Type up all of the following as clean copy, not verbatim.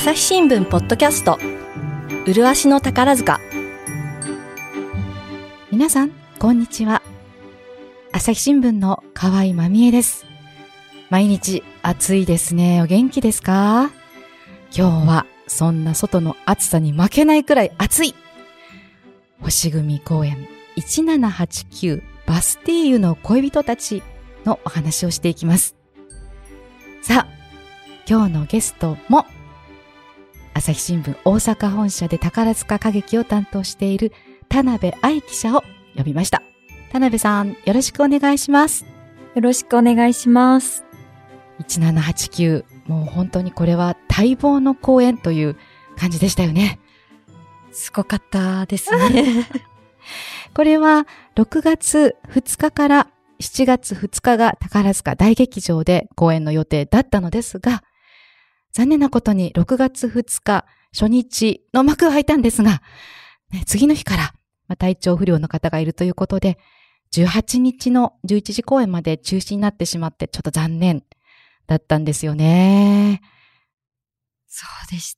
朝日新聞ポッドキャスト、麗しの宝塚。 皆さんこんにちは。朝日新聞の河合真美恵です。毎日暑いですね。お元気ですか？今日はそんな外の暑さに負けないくらい暑い星組公演1789バスティーユの恋人たちのお話をしていきます。さあ、今日のゲストも朝日新聞大阪本社で宝塚歌劇を担当している田辺愛記者を呼びました。田辺さん、よろしくお願いします。 よろしくお願いします。 1789、もう本当にこれは待望の公演という感じでしたよね。 すごかったですね。 これは6月2日から7月2日が宝塚大劇場で公演の予定だったのですが、残念なことに6月2日初日の幕が開いたんですが、次の日から体調不良の方がいるということで、18日の11時公演まで中止になってしまってちょっと残念だったんですよね。 そうでした。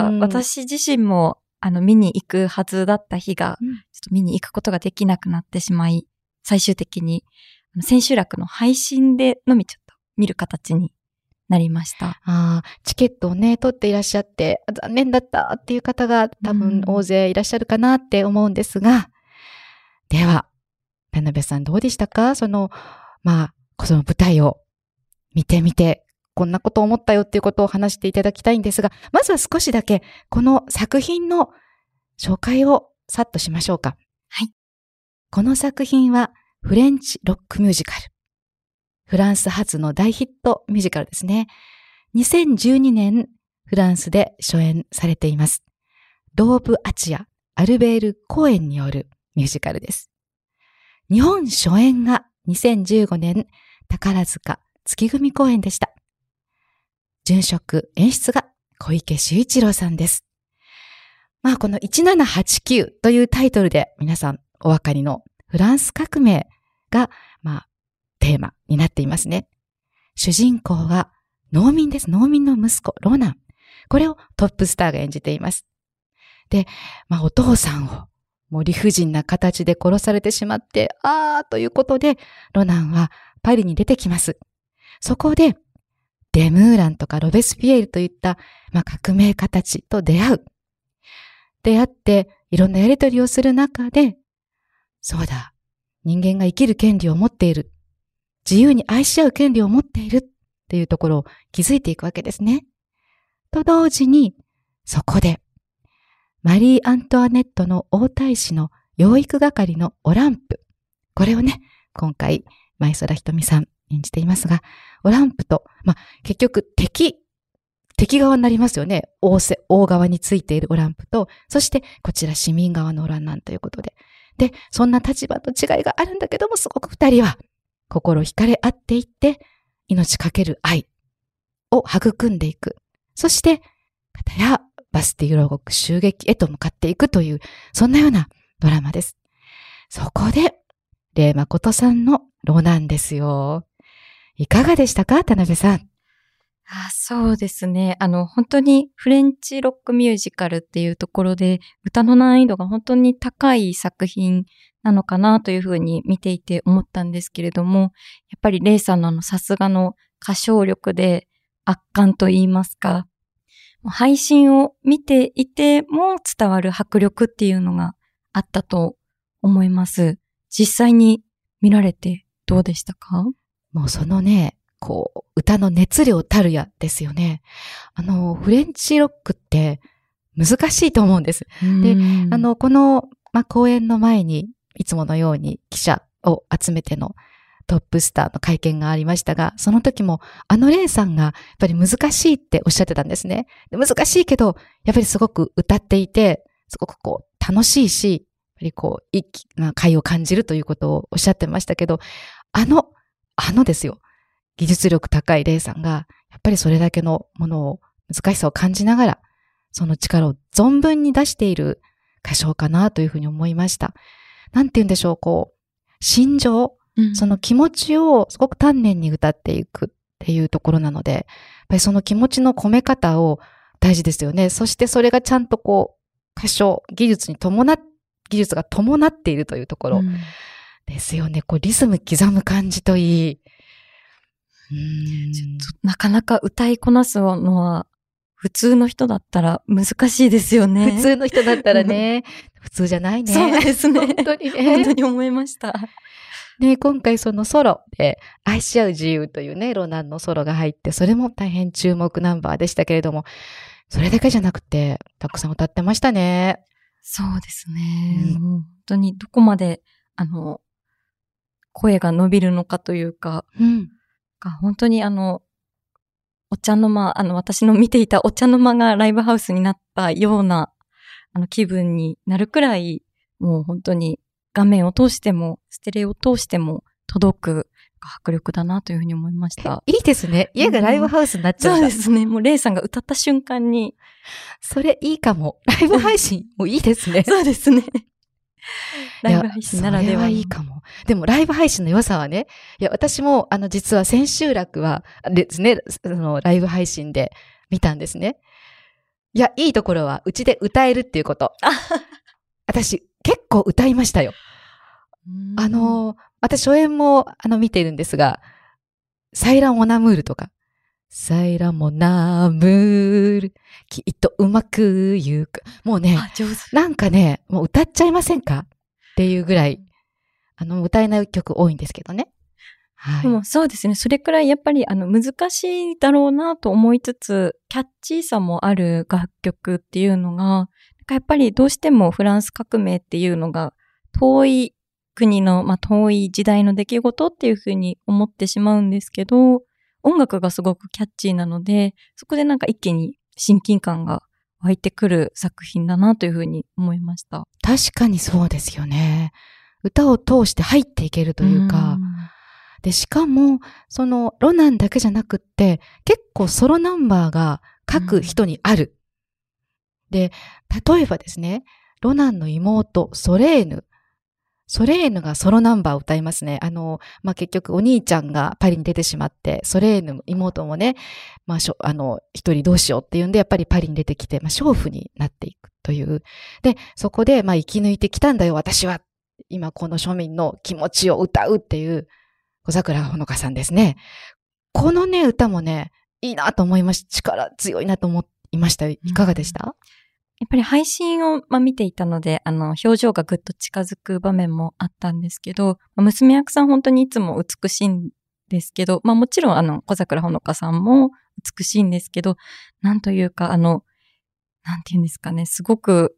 私自身も見に行くはずだった日が、ちょっと見に行くことができなくなってしまい、最終的に千秋楽の配信でのみちょっと見る形になりました。 チケットをね、取っていらっしゃって、残念だったっていう方が多分大勢いらっしゃるかなって思うんですが、では、田辺さんどうでしたか？その舞台を見てみて、こんなことを思ったよっていうことを話していただきたいんですが、まずは少しだけこの作品の紹介をさっとしましょうか。 はい。 この作品はフレンチロックミュージカル。フランス発の大ヒットミュージカルですね。2012年フランスで初演されています。ドーブ・アチア・アルベール・コーエンによるミュージカルです。日本初演が2015年宝塚月組公演でした。準飾演出が小池秀一郎さんです。この1789というタイトルで皆さんお分かりのフランス革命がテーマになっていますね。主人公は農民です。農民の息子、ロナン。これをトップスターが演じています。で、お父さんをもう理不尽な形で殺されてしまって、ということで、ロナンはパリに出てきます。そこで、デムーランとかロベスピエールといった、革命家たちと出会って、いろんなやりとりをする中で、そうだ、人間が生きる権利を持っている。自由に愛し合う権利を持っているっていうところを気づいていくわけですね。と同時に、そこで、マリー・アントワネットの王太子の養育係のオランプ。これをね、今回、前空ひとみさん演じていますが、オランプと、結局敵側になりますよね。王側についているオランプと、そしてこちら市民側のオランなんということで。で、そんな立場の違いがあるんだけども、すごく二人は、心惹かれ合っていって、命かける愛を育んでいく。そして、片やバスティーユ牢獄襲撃へと向かっていくという、そんなようなドラマです。そこで、礼誠さんのロナンですよ。いかがでしたか、田辺さん。 そうですね。本当にフレンチロックミュージカルっていうところで、歌の難易度が本当に高い作品なのかなというふうに見ていて思ったんですけれども、やっぱりレイさんのさすがの歌唱力で圧巻と言いますか、配信を見ていても伝わる迫力っていうのがあったと思います。実際に見られてどうでしたか？ もうそのね、歌の熱量たるやですよね。フレンチロックって難しいと思うんです。で、この、公演の前にいつものように記者を集めてのトップスターの会見がありましたが、その時もレイさんがやっぱり難しいっておっしゃってたんですね。で、難しいけど、やっぱりすごく歌っていて、すごく楽しいし、やっぱり快を感じるということをおっしゃってましたけど、ですよ。技術力高いレイさんが、やっぱりそれだけのものを、難しさを感じながら、その力を存分に出している歌唱かなというふうに思いました。なんて言うんでしょう、心情、その気持ちをすごく丹念に歌っていくっていうところなので、やっぱりその気持ちの込め方を大事ですよね。そしてそれがちゃんとこう、歌唱、技術が伴っているというところですよね。こう、リズム刻む感じといい。 なかなか歌いこなすのは、普通の人だったら難しいですよね。 普通の人だったらね、普通じゃないね。 そうですね。 本当にね。 本当に思いました。 ね、今回そのソロで愛し合う自由というね、ロナンのソロが入って、それも大変注目ナンバーでしたけれども、それだけじゃなくて、たくさん歌ってましたね。 そうですね。もう本当にどこまで、声が伸びるのかというか、本当にお茶の間、私の見ていたお茶の間がライブハウスになったような、気分になるくらい、もう本当に画面を通しても、ステレオを通しても届く迫力だなというふうに思いました。 いいですね。家がライブハウスになっちゃうんだ。 そうですね。もうレイさんが歌った瞬間に。 それいいかも。ライブ配信もいいですね。 そうですね。ライブ配信ならでは。 それはいいかも。でもライブ配信の良さはね、私も実は千秋楽はですね、ライブ配信で見たんですね。いや、いいところはうちで歌えるっていうこと。私結構歌いましたよ。私初演も見ているんですが、サイラ・モナムールとか、サイラ・モナムール、きっとうまくゆく。もうね、なんかね、もう歌っちゃいませんかっていうぐらい、歌えない曲多いんですけどね。はい。 でもそうですね。それくらいやっぱり難しいだろうなと思いつつ、キャッチーさもある楽曲っていうのが、やっぱりどうしてもフランス革命っていうのが遠い国の、遠い時代の出来事っていうふうに思ってしまうんですけど、音楽がすごくキャッチーなので、そこでなんか一気に親近感が湧いてくる作品だなというふうに思いました。 確かにそうですよね。歌を通して入っていけるというか、で、しかも、ロナンだけじゃなくって、結構ソロナンバーが各人にある。で、例えばですね、ロナンの妹、ソレーヌがソロナンバーを歌いますね。結局お兄ちゃんがパリに出てしまって、ソレーヌ、妹もね、一人どうしようっていうんで、やっぱりパリに出てきて、娼婦になっていくという。で、そこで、生き抜いてきたんだよ、私は。今この庶民の気持ちを歌うっていう、小桜ほのかさんですね。このね、歌もね、いいなと思いました。力強いなと思いました。いかがでした？ やっぱり配信を見ていたので、表情がぐっと近づく場面もあったんですけど、娘役さん本当にいつも美しいんですけど、もちろん小桜ほのかさんも美しいんですけど、なんというかなんていうんですかね、すごく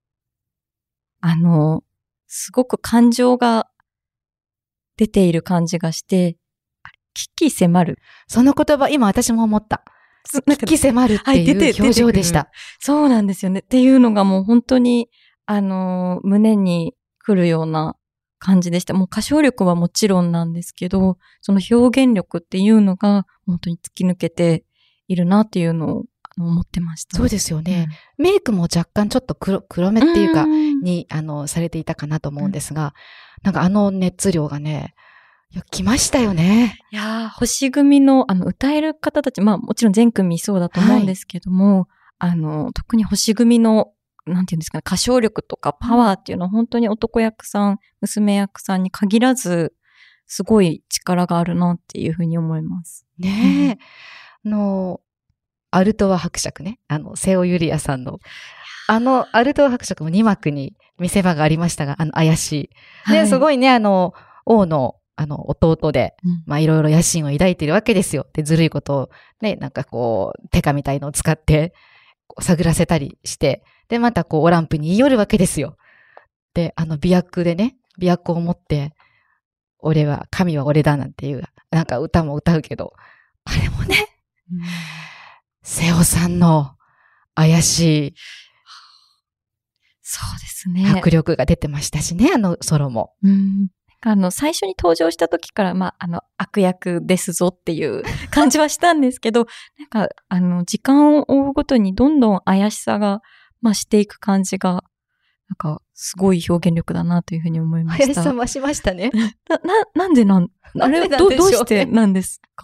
感情が出ている感じがして、危機迫る。 その言葉、今私も思った。危機迫るっていう表情でした。 そうなんですよね。っていうのがもう本当に、胸に来るような感じでした。もう歌唱力はもちろんなんですけど、その表現力っていうのが本当に突き抜けているなっていうのを思ってました。 そうですよね。メイクも若干ちょっと黒目っていうか、に、されていたかなと思うんですが、なんか熱量がね、来ましたよね。 いやー、星組の、歌える方たち、もちろん全組そうだと思うんですけども、特に星組の、なんていうんですかね、歌唱力とかパワーっていうのは本当に男役さん、娘役さんに限らず、すごい力があるなっていうふうに思います。 ねえ。アルトワ伯爵ね。瀬尾ゆりやさんの。アルトワ伯爵も2幕に見せ場がありましたが、怪しい。ね、すごいね、王の、弟で、いろいろ野心を抱いているわけですよ。で、ずるいことを、ね、なんかこう、テカみたいのを使って、探らせたりして、で、またこう、オランプに言い寄るわけですよ。で、媚薬を持って、神は俺だなんていう、なんか歌も歌うけど、あれもね、瀬尾さんの怪しい、 そうですね。 迫力が出てましたしね、ソロも。 最初に登場した時から、悪役ですぞっていう感じはしたんですけど、なんか、時間を追うごとにどんどん怪しさが、増していく感じが、なんか、すごい表現力だなというふうに思いました。 怪しさ増しましたね。 なんであれ、どうしてなんですか？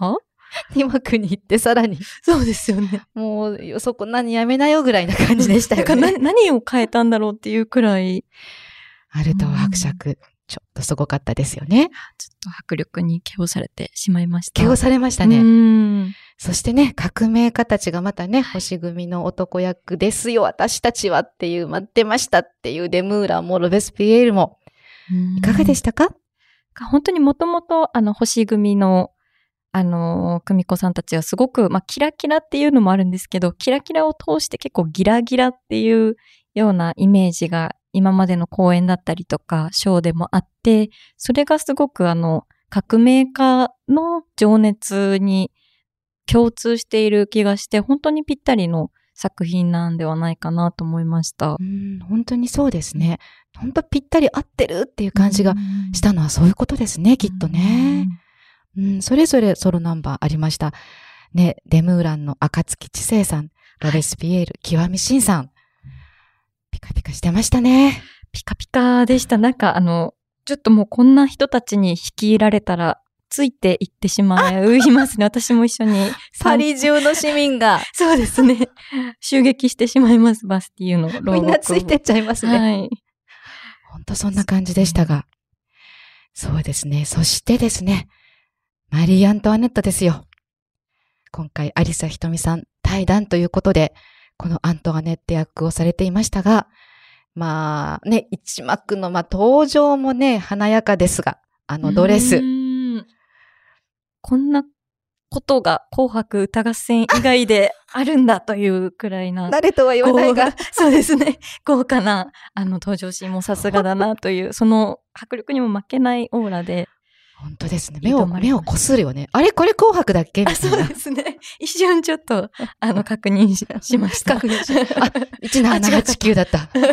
2幕に行ってさらに。 そうですよね。 もう、そこ何やめなよぐらいな感じでしたよね。 なんか何を変えたんだろうっていうくらい。 アルト伯爵、ちょっとすごかったですよね。 ちょっと迫力に KO されてしまいました。 KO されましたね。そしてね、革命家たちがまたね、星組の男役ですよ、私たちはっていう、待ってましたっていうデムーラもロベスピエールも、いかがでしたか？ 本当にもともと、星組の、久美子さんたちはすごく、キラキラっていうのもあるんですけど、キラキラを通して結構ギラギラっていうようなイメージが今までの公演だったりとか、ショーでもあって、それがすごく革命家の情熱に共通している気がして、本当にぴったりの作品なんではないかなと思いました。 本当にそうですね。本当ぴったり合ってるっていう感じがしたのはそういうことですね、きっとね。それぞれソロナンバーありました。ね、デムーランの暁知世さん、ロベスピエール、極み真さん。ピカピカしてましたね。 ピカピカでした。なんかちょっともうこんな人たちに率いられたら、ついていってしまいますね。私も一緒に。 パリ中の市民が。 そうですね。襲撃してしまいます、バスティーユの牢獄。 みんなついてっちゃいますね。 はい。 本当そんな感じでしたが。そうですね。そしてですね、マリー・アントワネットですよ。今回、有沙ひとみさん対談ということで、このアントワネット役をされていましたが、一幕の、登場もね、華やかですが、ドレス。 こんなことが紅白歌合戦以外であるんだというくらいな。 誰とは言わないが。 そうですね。豪華な、登場シーンもさすがだなという、その迫力にも負けないオーラで。 本当ですね。目をこするよね。あれこれ紅白だっけみたいな。 そうですね。一瞬ちょっと、確認しました。 確認しました。1789だった。ね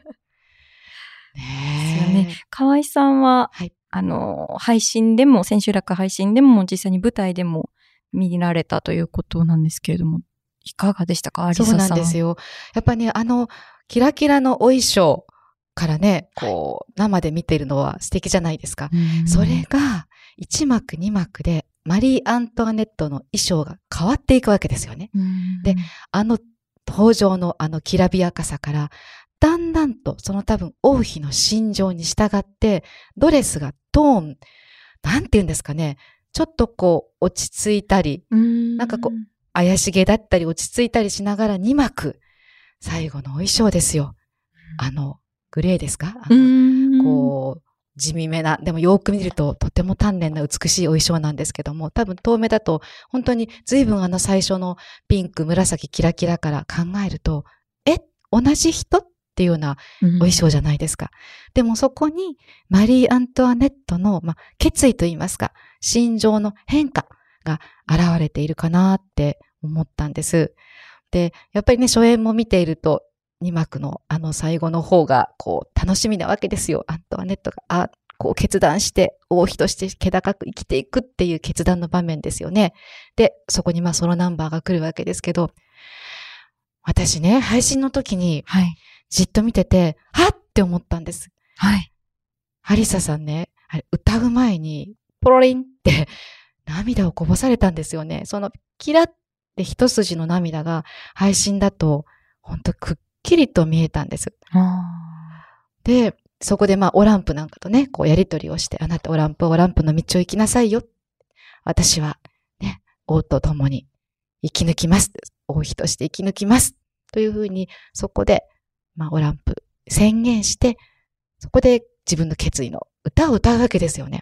え。ですよね。河合さんは、はい、配信でも、千秋楽配信でも、実際に舞台でも見られたということなんですけれども、いかがでしたか、有沙さん。 そうなんですよ。やっぱね、キラキラのお衣装からね、生で見てるのは素敵じゃないですか。それが、1幕2幕で、マリー・アントワネットの衣装が変わっていくわけですよね。で、登場のきらびやかさから、だんだんとその多分王妃の心情に従ってドレスがトーン、なんて言うんですかね、ちょっと落ち着いたり、なんか怪しげだったり落ち着いたりしながら2幕、最後のお衣装ですよ。グレーですか？地味めな、でもよく見るととても丹念な美しいお衣装なんですけども、多分遠目だと本当に随分最初のピンク、紫、キラキラから考えると、同じ人っていうようなお衣装じゃないですか。でもそこにマリー・アントワネットの、決意といいますか、心情の変化が現れているかなって思ったんです。で、やっぱりね、初演も見ていると、2幕の最後の方が楽しみなわけですよ。アントワネットが決断して王妃として気高く生きていくっていう決断の場面ですよね。で、そこにソロナンバーが来るわけですけど、私ね、配信の時にじっと見てて、はって思ったんです。 はい。 アリサさんね、歌う前にポロリンって涙をこぼされたんですよね。そのキラって一筋の涙が配信だと本当くっきりと見えたんです。で、そこでオランプなんかとね、やりとりをして、あなたオランプの道を行きなさいよ。私はね、王と共に生き抜きます。王妃として生き抜きます。というふうに、そこで、オランプ宣言して、そこで自分の決意の歌を歌うわけですよね。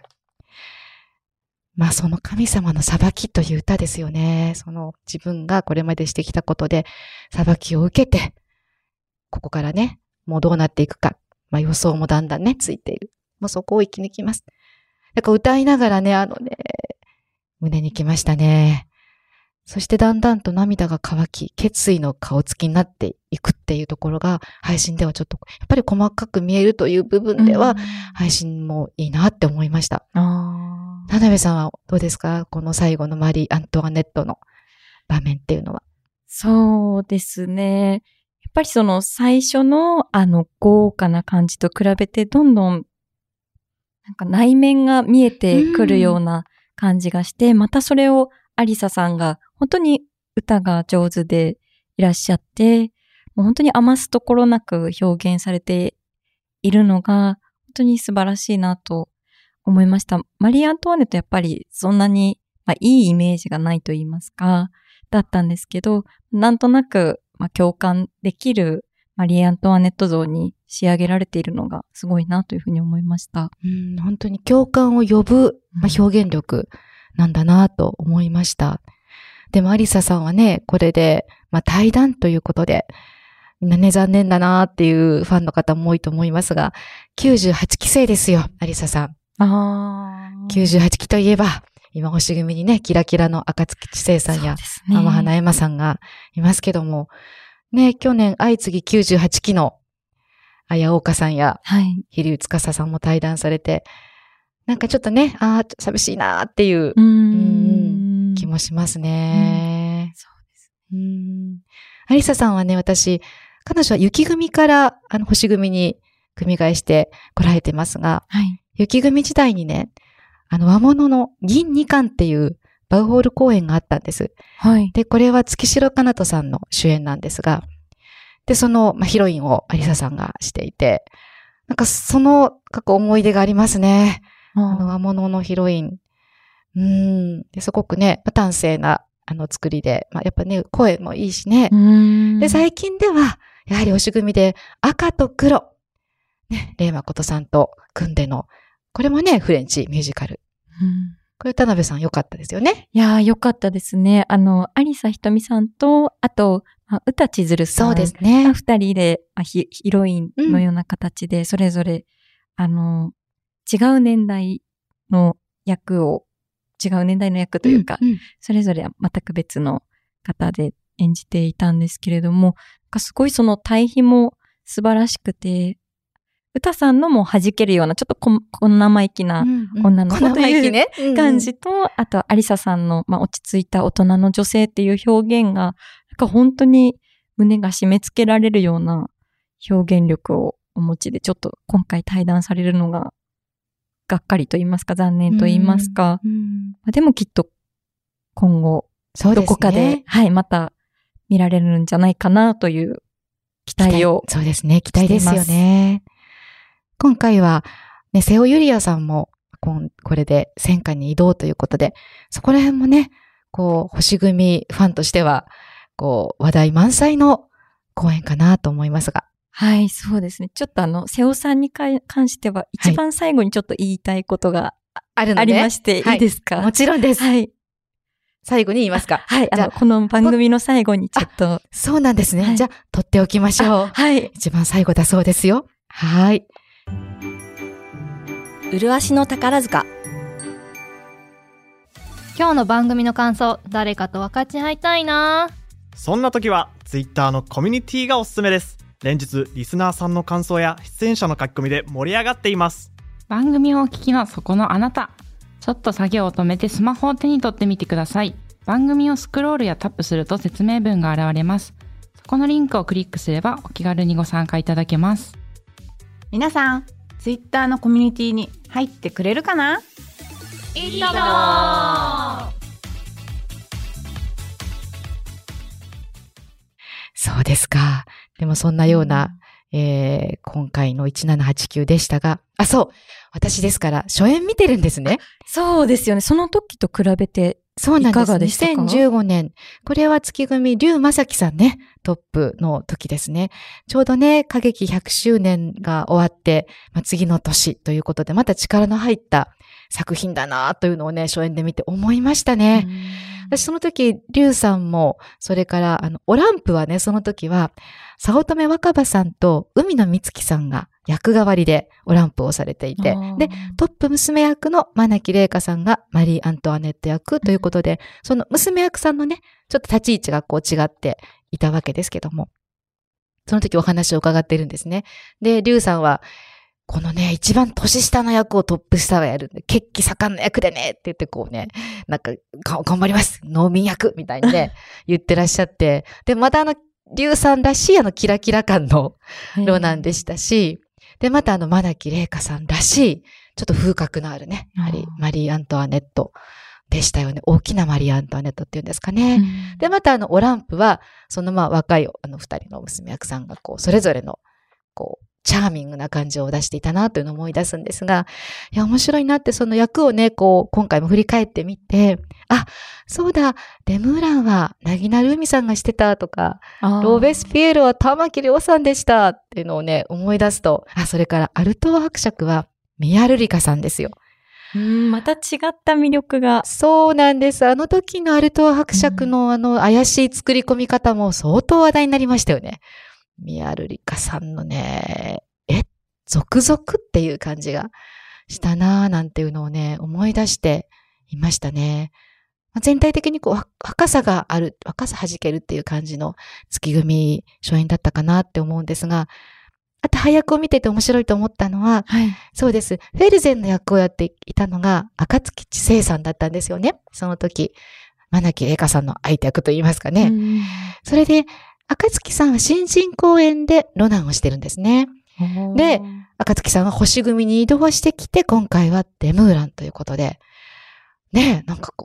その神様の裁きという歌ですよね。その自分がこれまでしてきたことで裁きを受けて、ここからね、もうどうなっていくか、予想もだんだんね、ついている。もうそこを生き抜きます。だから歌いながらね、胸にきましたね。そしてだんだんと涙が乾き、決意の顔つきになっていくっていうところが、配信ではちょっと、やっぱり細かく見えるという部分では、配信もいいなって思いました。田辺さんはどうですか？この最後のマリー・アントワネットの場面っていうのは。 そうですね。やっぱりその最初の豪華な感じと比べてどんどんなんか内面が見えてくるような感じがして、またそれをアリサさんが本当に歌が上手でいらっしゃって、もう本当に余すところなく表現されているのが、本当に素晴らしいなと思いました。マリー・アントワネットやっぱりそんなに、いいイメージがないと言いますか、だったんですけど、なんとなく、共感できるマリー・アントワネット像に仕上げられているのがすごいなというふうに思いました。 本当に共感を呼ぶ、表現力なんだなと思いました。でもアリサさんはね、これで、退団ということで、みんなね、残念だなっていうファンの方も多いと思いますが、98期生ですよ、アリサさん。98期といえば、今星組にね、キラキラの赤月知世さんや、天花エマさんがいますけども、ね、去年相次ぎ98期の綾岡さんや、飛龍司さんも対談されて、なんかちょっとね、寂しいなーっていう気もしますね。 そうです。 アリサさんはね、彼女は雪組から星組に組み替えして来られてますが、雪組時代にね、和物の銀二冠っていうバウホール公演があったんです。で、これは月城かなとさんの主演なんですが、で、その、ヒロインをアリサさんがしていて、なんかその、思い出がありますね。和物のヒロイン。ですごくね、端正な、作りで、やっぱね、声もいいしね。で、最近では、やはり星組で赤と黒。ね、レイマコトさんと組んでの、これもね、フレンチミュージカル。これ田辺さん良かったですよね。 いやー、良かったですね。アリサひとみさんと、あと、歌千鶴さん。 そうですね。 二人で、ヒロインのような形で、それぞれ、違う年代の役というか、それぞれ全く別の方で演じていたんですけれども、すごいその対比も素晴らしくて、歌さんのも弾けるような、ちょっとこんな生意気な女の子という感じと、あとアリサさんの、落ち着いた大人の女性っていう表現が、本当に胸が締め付けられるような表現力をお持ちで、ちょっと今回対談されるのが、がっかりと言いますか、残念と言いますか。でもきっと今後、どこかで、また見られるんじゃないかなという期待を。 そうですね、期待ですよね。今回は、ね、瀬尾ゆりやさんも、これで戦火に移動ということで、そこら辺もね、星組ファンとしては、話題満載の公演かなと思いますが。 はい、そうですね。ちょっと瀬尾さんに関しては、一番最後にちょっと言いたいことがありまして、いいですか？ もちろんです。 はい。 最後に言いますか？ はい。じゃあ、この番組の最後にちょっと。 そうなんですね。じゃあ、取っておきましょう。 はい。 一番最後だそうですよ。はい。 麗しの宝塚。 今日の番組の感想、誰かと分かち合いたいな。 そんな時は Twitter のコミュニティがおすすめです。連日リスナーさんの感想や出演者の書き込みで盛り上がっています。 番組をお聞きのそこのあなた、ちょっと作業を止めてスマホを手に取ってみてください。番組をスクロールやタップすると説明文が現れます。そこのリンクをクリックすればお気軽にご参加いただけます。 皆さん、Twitter のコミュニティに入ってくれるかな？ いいとも。 そうですか。でもそんなような、今回の1789でしたが、そう、私ですから初演見てるんですね。 そうですよね。その時と比べてそうなんです。 いかがでしたか ？2015年。これは月組、龍正樹さんね、トップの時ですね。ちょうどね、歌劇100周年が終わって、次の年ということで、また力の入った作品だなというのをね、初演で見て思いましたね。私その時、龍さんも、それから、オランプはね、その時は、早乙女若葉さんと海野美月さんが役代わりでオランプをされていて、で、トップ娘役の真名木玲香さんがマリー・アントワネット役ということで、その娘役さんのね、ちょっと立ち位置が違っていたわけですけども、その時お話を伺っているんですね。で、龍さんは、このね、一番年下の役をトップスターがやるんで、血気盛んな役でねって言ってなんか、頑張ります農民役みたいにね、言ってらっしゃって、で、また龍さんらしいキラキラ感のロナンでしたし、で、また真名木玲香さんらしい、ちょっと風格のあるね、やはりマリー・アントワネットでしたよね。大きなマリー・アントワネットっていうんですかね。で、またオランプは、その若い二人の娘役さんがそれぞれの、チャーミングな感じを出していたなというのを思い出すんですが、いや、面白いなって、その役をね、今回も振り返ってみて、あ、そうだ、レムーランは、なぎなる海さんがしてたとか、ローベスピエールは玉木亮さんでしたっていうのをね、思い出すと、それからアルトー伯爵は、ミアルリカさんですよ。 また違った魅力が。 そうなんです。あの時のアルトー伯爵の怪しい作り込み方も相当話題になりましたよね。ミアルリカさんのね、続々っていう感じがしたなぁなんていうのをね、思い出していましたね。全体的に若さがある、若さ弾けるっていう感じの月組初演だったかなって思うんですが、あと配役を見てて面白いと思ったのは、はい、そうです。フェルゼンの役をやっていたのが赤月知世さんだったんですよね。その時、真木玲香さんの相手役と言いますかね。それで、赤月さんは新人公演でロナンをしてるんですね。で、赤月さんは星組に移動してきて、今回はデムーランということで、ねえ、なんか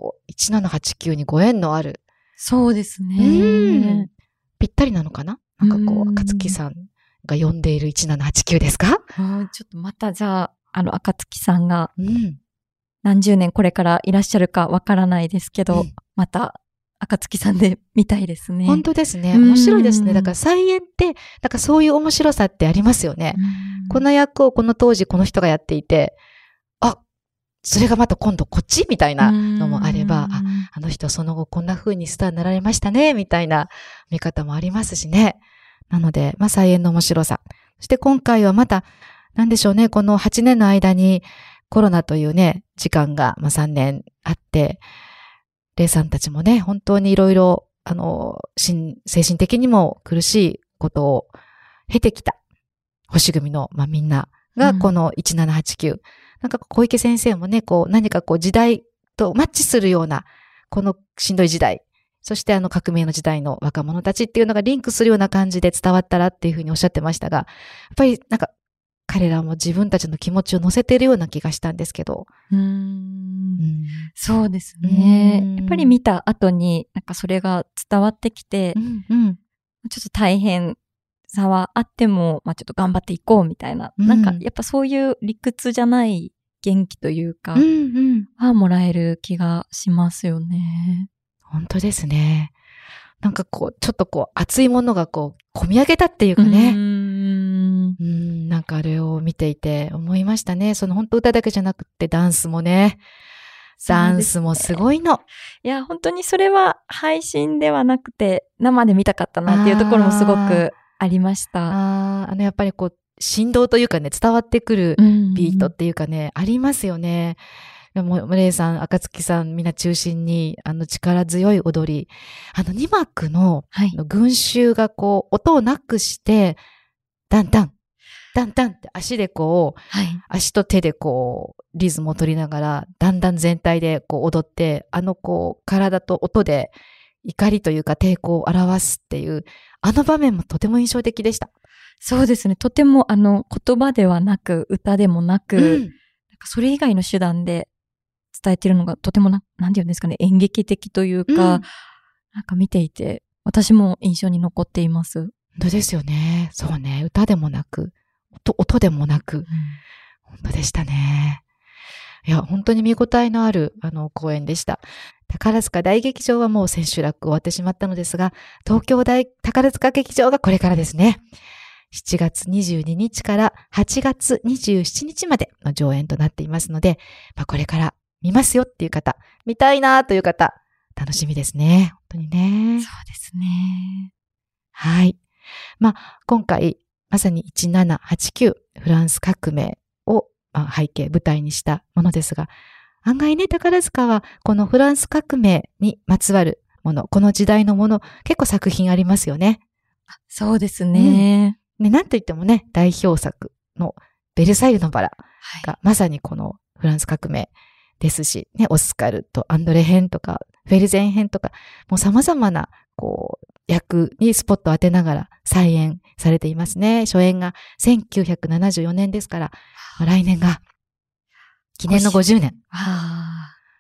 1789にご縁のある。 そうですね。 ぴったりなのかな？なんか赤月さんが呼んでいる1789ですか？ ちょっとまたじゃあ、赤月さんが、何十年これからいらっしゃるかわからないですけど、また、赤月さんで見たいですね。 本当ですね。面白いですね。だから再演って、そういう面白さってありますよね。この役をこの当時この人がやっていて、それがまた今度こっちみたいなのもあれば、あの人その後こんな風にスターになられましたね、みたいな見方もありますしね。なので、再演の面白さ。そして今回はまた、なんでしょうね、この8年の間にコロナというね、時間が3年あって、レイさんたちもね、本当にいろいろ、精神的にも苦しいことを経てきた星組の、みんながこの1789。なんか小池先生もね、何か時代とマッチするような、このしんどい時代、そして革命の時代の若者たちっていうのがリンクするような感じで伝わったらっていうふうにおっしゃってましたが、やっぱりなんか彼らも自分たちの気持ちを乗せているような気がしたんですけど。 そうですね。やっぱり見た後に、なんかそれが伝わってきて、ちょっと大変さはあっても、ちょっと頑張っていこうみたいな。なんかやっぱそういう理屈じゃない元気というか、はもらえる気がしますよね。 本当ですね。なんかちょっと熱いものが込み上げたっていうかね。なんかあれを見ていて思いましたね。その本当歌だけじゃなくてダンスもね。ダンスもすごいの。 いや、本当にそれは配信ではなくて生で見たかったなっていうところもすごくありました。 やっぱり振動というかね、伝わってくるビートっていうかね、ありますよね。レイさん、赤月さん、みんな中心に、力強い踊り。2幕の群衆が音をなくして、ダンダン、ダンダンって足で足と手でリズムを取りながら、だんだん全体で踊って、体と音で怒りというか抵抗を表すっていう、場面もとても印象的でした。 そうですね。とても言葉ではなく、歌でもなく、なんかそれ以外の手段で伝えてるのがとてもなんて言うんですかね、演劇的というか、なんか見ていて、私も印象に残っています。 本当ですよね。そうね。歌でもなく、音でもなく、本当でしたね。いや、本当に見応えのある、公演でした。宝塚大劇場はもう千秋楽終わってしまったのですが、東京宝塚劇場がこれからですね。7月22日から8月27日までの上演となっていますので、これから見ますよっていう方、見たいなという方、楽しみですね。本当にね。 そうですね。 はい。今回、まさに1789フランス革命を背景、舞台にしたものですが、案外ね、宝塚はこのフランス革命にまつわるもの、この時代のもの、結構作品ありますよね。 そうですね。 なんといってもね、代表作のベルサイユのバラがまさにこのフランス革命ですし、ね、オスカルとアンドレ編とか、フェルゼン編とか、もう様々な、役にスポットを当てながら再演されていますね。初演が1974年ですから、来年が記念の50年。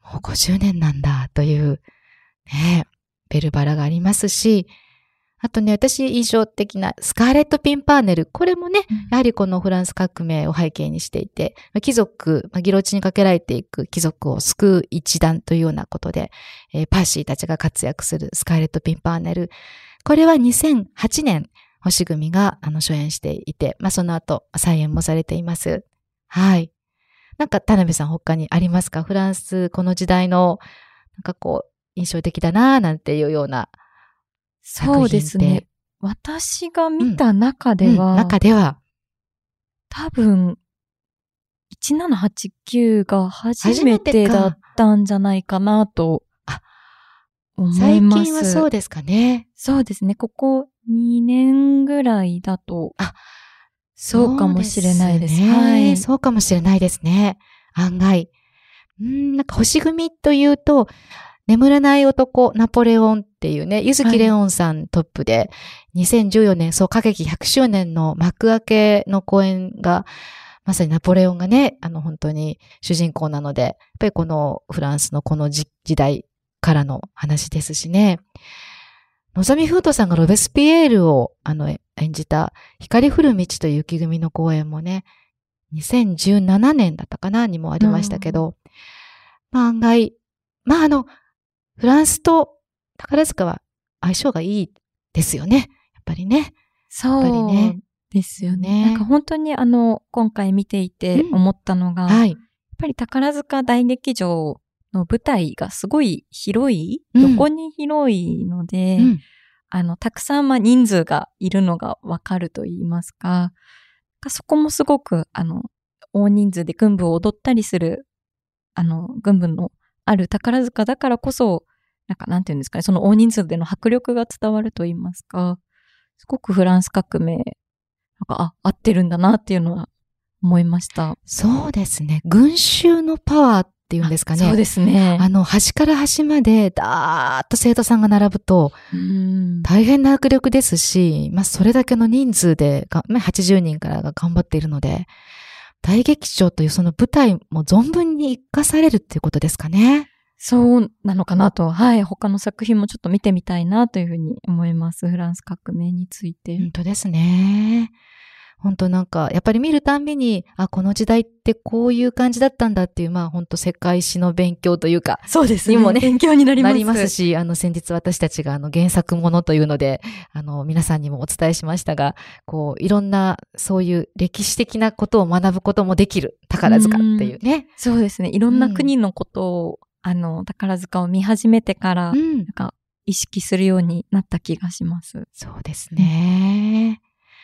もう50年なんだという、ね、ベルバラがありますし、あとね、私印象的なスカーレット・ピンパーネル。これもね、やはりこのフランス革命を背景にしていて、貴族、ギロチにかけられていく貴族を救う一団というようなことで、パーシーたちが活躍するスカーレット・ピンパーネル。これは2008年、星組が初演していて、その後再演もされています。はい。なんか田辺さん他にありますか？フランス、この時代の、なんかこう、印象的だなぁなんていうような作品って。 そうですね。私が見た中では、多分、1789が初めてだったんじゃないかなと思います。 最近はそうですかね。 そうですね。ここ2年ぐらいだと。そうかもしれないです。 はい。そうかもしれないですね。案外。なんか星組というと、眠らない男、ナポレオンっていうね、柚木レオンさんトップで、2014年、歌劇100周年の幕開けの公演が、まさにナポレオンがね、本当に主人公なので、やっぱりこのフランスのこの時代からの話ですしね。野沢風斗さんがロベスピエールを演じた光降る道という雪組の公演もね、2017年だったかなにもありましたけど、案外、フランスと宝塚は相性がいいですよね。やっぱりね。 そうですよね。なんか本当に今回見ていて思ったのが、やっぱり宝塚大劇場の舞台がすごい広い、横に広いので、たくさん人数がいるのがわかると言いますか、そこもすごく大人数で軍部を踊ったりする、軍部のある宝塚だからこそ、なんていうんですかね、その大人数での迫力が伝わると言いますか、すごくフランス革命、合ってるんだなっていうのは思いました。 そうですね。群衆のパワーっていうんですかね。 そうですね。 端から端まで、だーっと生徒さんが並ぶと、大変な迫力ですし、それだけの人数で、80人からが頑張っているので、大劇場というその舞台も存分に活かされるっていうことですかね。 そうなのかなと、他の作品もちょっと見てみたいなというふうに思います。フランス革命について。 本当ですね。本当なんか、やっぱり見るたんびに、この時代ってこういう感じだったんだっていう、本当世界史の勉強というか、 そうですね。 にもね、 勉強になりますし、先日私たちが原作ものというので、皆さんにもお伝えしましたが、いろんな、そういう歴史的なことを学ぶこともできる宝塚っていうね。 そうですね。いろんな国のことを、宝塚を見始めてから、意識するようになった気がします。 そうですね。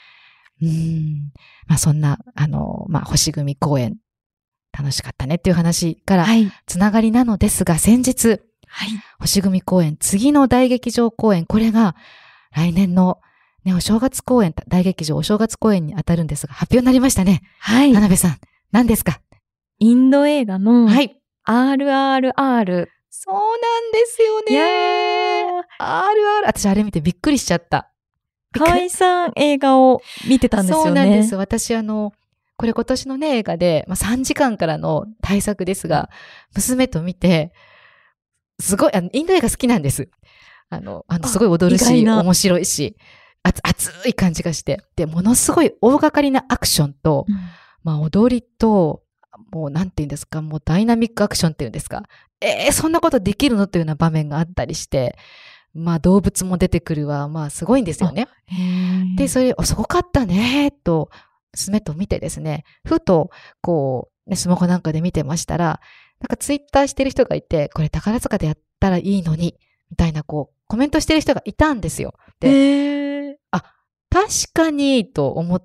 そんな、星組公演、楽しかったねっていう話から、つながりなのですが、先日、星組公演、次の大劇場公演、これが、来年の、お正月公演、大劇場お正月公演に当たるんですが、発表になりましたね。田辺さん、何ですか？ インド映画の、RRR。 そうなんですよね。RR。私あれ見てびっくりしちゃった。 河合さん映画を見てたんですよね。 そうなんです。私これ今年のね映画で、3時間からの大作ですが、娘と見て、すごい、インド映画好きなんです。すごい踊るし、面白いし、熱い感じがして。で、ものすごい大掛かりなアクションと、踊りと、もうなんて言うんですか、もうダイナミックアクションっていうんですか。そんなことできるのというような場面があったりして、動物も出てくるわ。すごいんですよね。で、それ、すごかったね、と、娘と見てですね、ふと、スマホなんかで見てましたら、なんかツイッターしてる人がいて、これ宝塚でやったらいいのに、みたいなコメントしてる人がいたんですよ。で、確かに、と思って、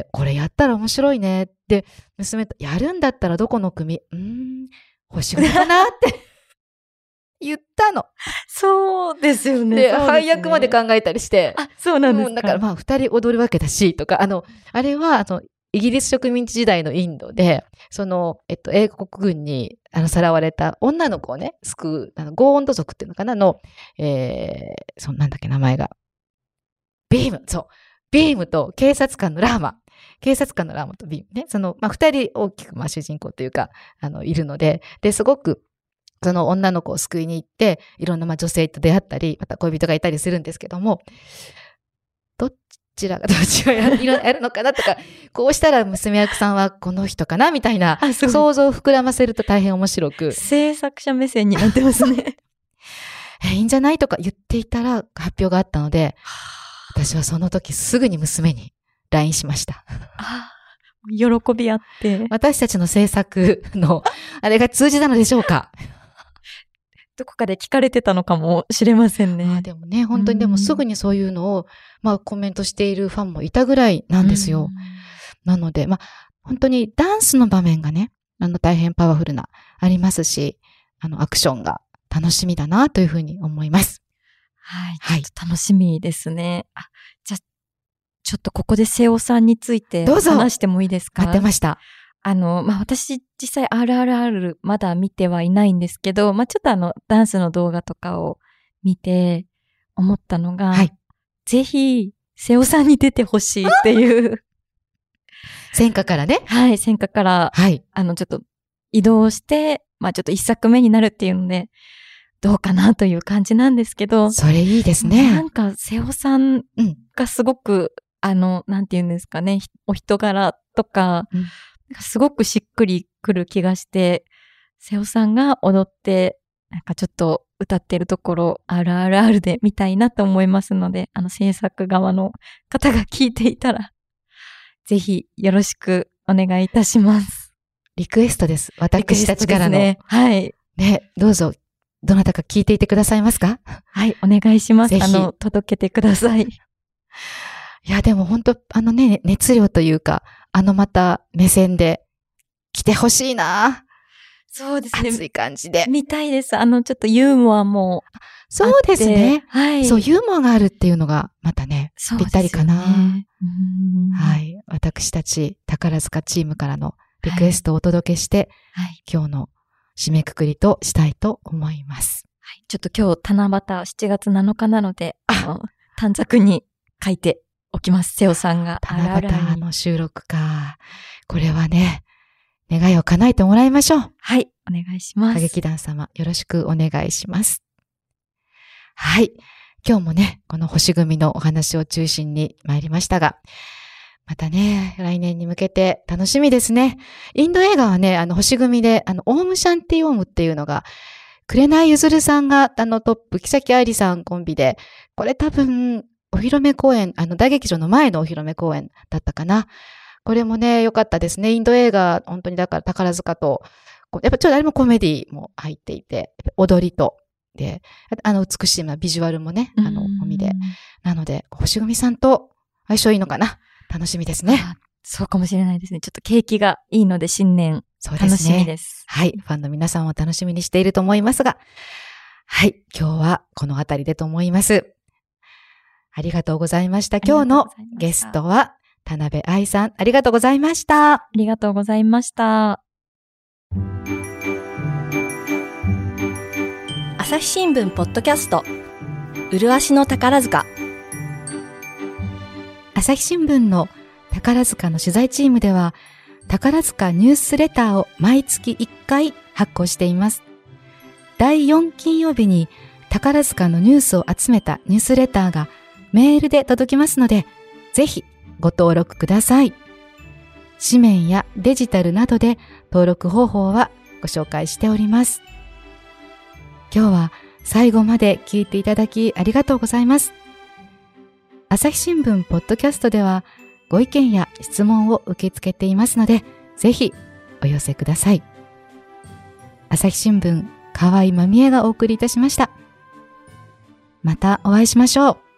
これやったら面白いねって、娘と、やるんだったらどこの組星組かなって言ったの。 そうですよね。 で、配役まで考えたりして。 そうなんですか。 だから二人踊るわけだし、とか、あれは、イギリス植民地時代のインドで、英国軍に、さらわれた女の子をね、救う、ゴーンド族っていうのかなの、なんだっけ、名前が。ビームと警察官のラーマとビームね。二人大きく、主人公というか、いるので、で、すごく、 その女の子を救いに行って、いろんな女性と出会ったり、また恋人がいたりするんですけども、どっちがやるのかなとか、こうしたら娘役さんはこの人かなみたいな、想像を膨らませると大変面白く。 制作者目線になってますね。 いいんじゃないとか言っていたら発表があったので、私はその時すぐに娘に LINE しました。 喜びあって。 私たちの制作のあれが通じたのでしょうか。 どこかで聞かれてたのかもしれませんね。 でもね、本当にでもすぐにそういうのを、コメントしているファンもいたぐらいなんですよ。なので、本当にダンスの場面がね、大変パワフルな、ありますし、アクションが楽しみだなというふうに思います。 はい。ちょっと楽しみですね。じゃあ、ちょっとここで瀬尾さんについて話してもいいですか？ 待ってました。 私実際 RRR まだ見てはいないんですけど、ちょっとダンスの動画とかを見て思ったのが、ぜひ、瀬尾さんに出てほしいっていう。 戦火からね。 はい、戦火から、ちょっと移動して、ちょっと一作目になるっていうので、どうかなという感じなんですけど。 それいいですね。 なんか、瀬尾さんがすごく、なんていうんですかね、お人柄とか、すごくしっくりくる気がして、瀬尾さんが踊って、なんかちょっと歌ってるところ、RRR で見たいなと思いますので、制作側の方が聞いていたら、ぜひよろしくお願いいたします。 リクエストです。私たちからの。 ね、はい。 ね、どうぞ、どなたか聞いていてくださいますか？ はい、お願いします。 ぜひ届けてください。 いや、でも本当熱量というか、また目線で来てほしいな。 そうですね。 熱い感じで。 見たいです。ちょっとユーモアも。 そうですね。 はい。 そう、ユーモアがあるっていうのが、またね、ぴったりかな。はい。私たち、宝塚チームからのリクエストをお届けして、今日の締めくくりとしたいと思います。 はい。ちょっと今日、七夕7月7日なので、短冊に書いておきます。瀬尾さんが。 七夕の収録か。これはね、願いを叶えてもらいましょう。 はい。お願いします。 歌劇団様、よろしくお願いします。はい。今日もね、この星組のお話を中心に参りましたが、またね、来年に向けて楽しみですね。インド映画はね、星組で、オームシャンティオームっていうのが、紅ゆずるさんが、トップ、木崎愛理さんコンビで、これ多分、お披露目公演、大劇場の前のお披露目公演だったかな。これもね、良かったですね。インド映画、本当にだから宝塚と、やっぱちょっとあれもコメディも入っていて、踊りと、で、美しいビジュアルもね、込みで。なので、星組さんと相性いいのかな。楽しみですね。 そうかもしれないですね。ちょっと景気がいいので新年、楽しみです。 はい。ファンの皆さんを楽しみにしていると思いますが、はい。今日はこのあたりでと思います。ありがとうございました。今日のゲストは、田辺愛さん、ありがとうございました。 ありがとうございました。 朝日新聞ポッドキャスト、麗しの宝塚。 朝日新聞の宝塚の取材チームでは、宝塚ニュースレターを毎月1回発行しています。第4金曜日に宝塚のニュースを集めたニュースレターがメールで届きますので、ぜひご登録ください。紙面やデジタルなどで登録方法はご紹介しております。今日は最後まで聞いていただきありがとうございます。朝日新聞ポッドキャストではご意見や質問を受け付けていますので、ぜひお寄せください。朝日新聞河合真美恵がお送りいたしました。またお会いしましょう。